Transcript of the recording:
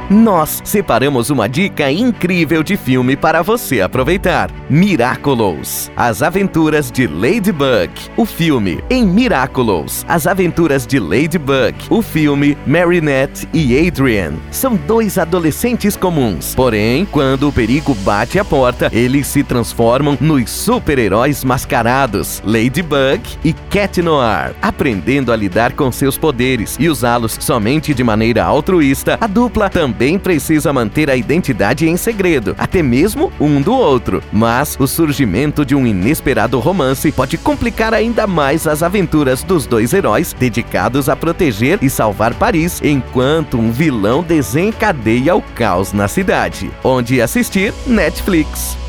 Nós separamos uma dica incrível de filme para você aproveitar. Miraculous, As Aventuras de Ladybug, o filme. Em Miraculous, As Aventuras de Ladybug, o filme, Marinette e Adrian são dois adolescentes comuns. Porém, quando o perigo bate a porta, eles se transformam nos super-heróis mascarados Ladybug e Cat Noir. Aprendendo a lidar com seus poderes e usá-los somente de maneira altruísta, a dupla também precisa manter a identidade em segredo, até mesmo um do outro. Mas o surgimento de um inesperado romance pode complicar ainda mais as aventuras dos dois heróis dedicados a proteger e salvar Paris, enquanto um vilão desencadeia o caos na cidade. Onde assistir? Netflix.